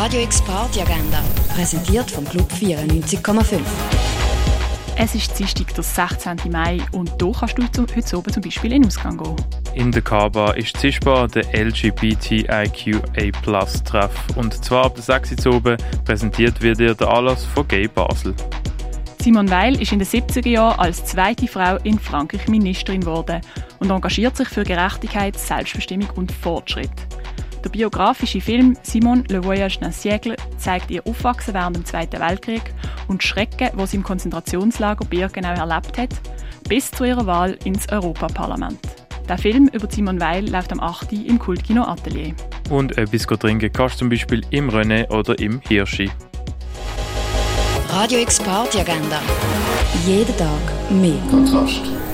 Radio X Party Agenda, präsentiert vom Club 94,5. Es ist Dienstag, der 16. Mai und hier kannst du heute oben zum Beispiel in den Ausgang gehen. In der K-Bar ist zischbar der LGBTIQA+-Treff. Und zwar ab der 6. Uhr oben präsentiert wird dir der Anlass von Gay Basel. Simone Weil ist in den 70er Jahren als zweite Frau in Frankreich Ministerin geworden und engagiert sich für Gerechtigkeit, Selbstbestimmung und Fortschritt. Der biografische Film «Simone, le voyage d'un siècle» zeigt ihr Aufwachsen während dem Zweiten Weltkrieg und die Schrecken, die sie im Konzentrationslager Birkenau erlebt hat, bis zu ihrer Wahl ins Europaparlament. Der Film über Simone Weil läuft am 8. im Kultkino Atelier. Und etwas trinken kannst du zum Beispiel im René oder im Hirschi. Radio X Party Agenda. Jeden Tag mehr. Kontrast.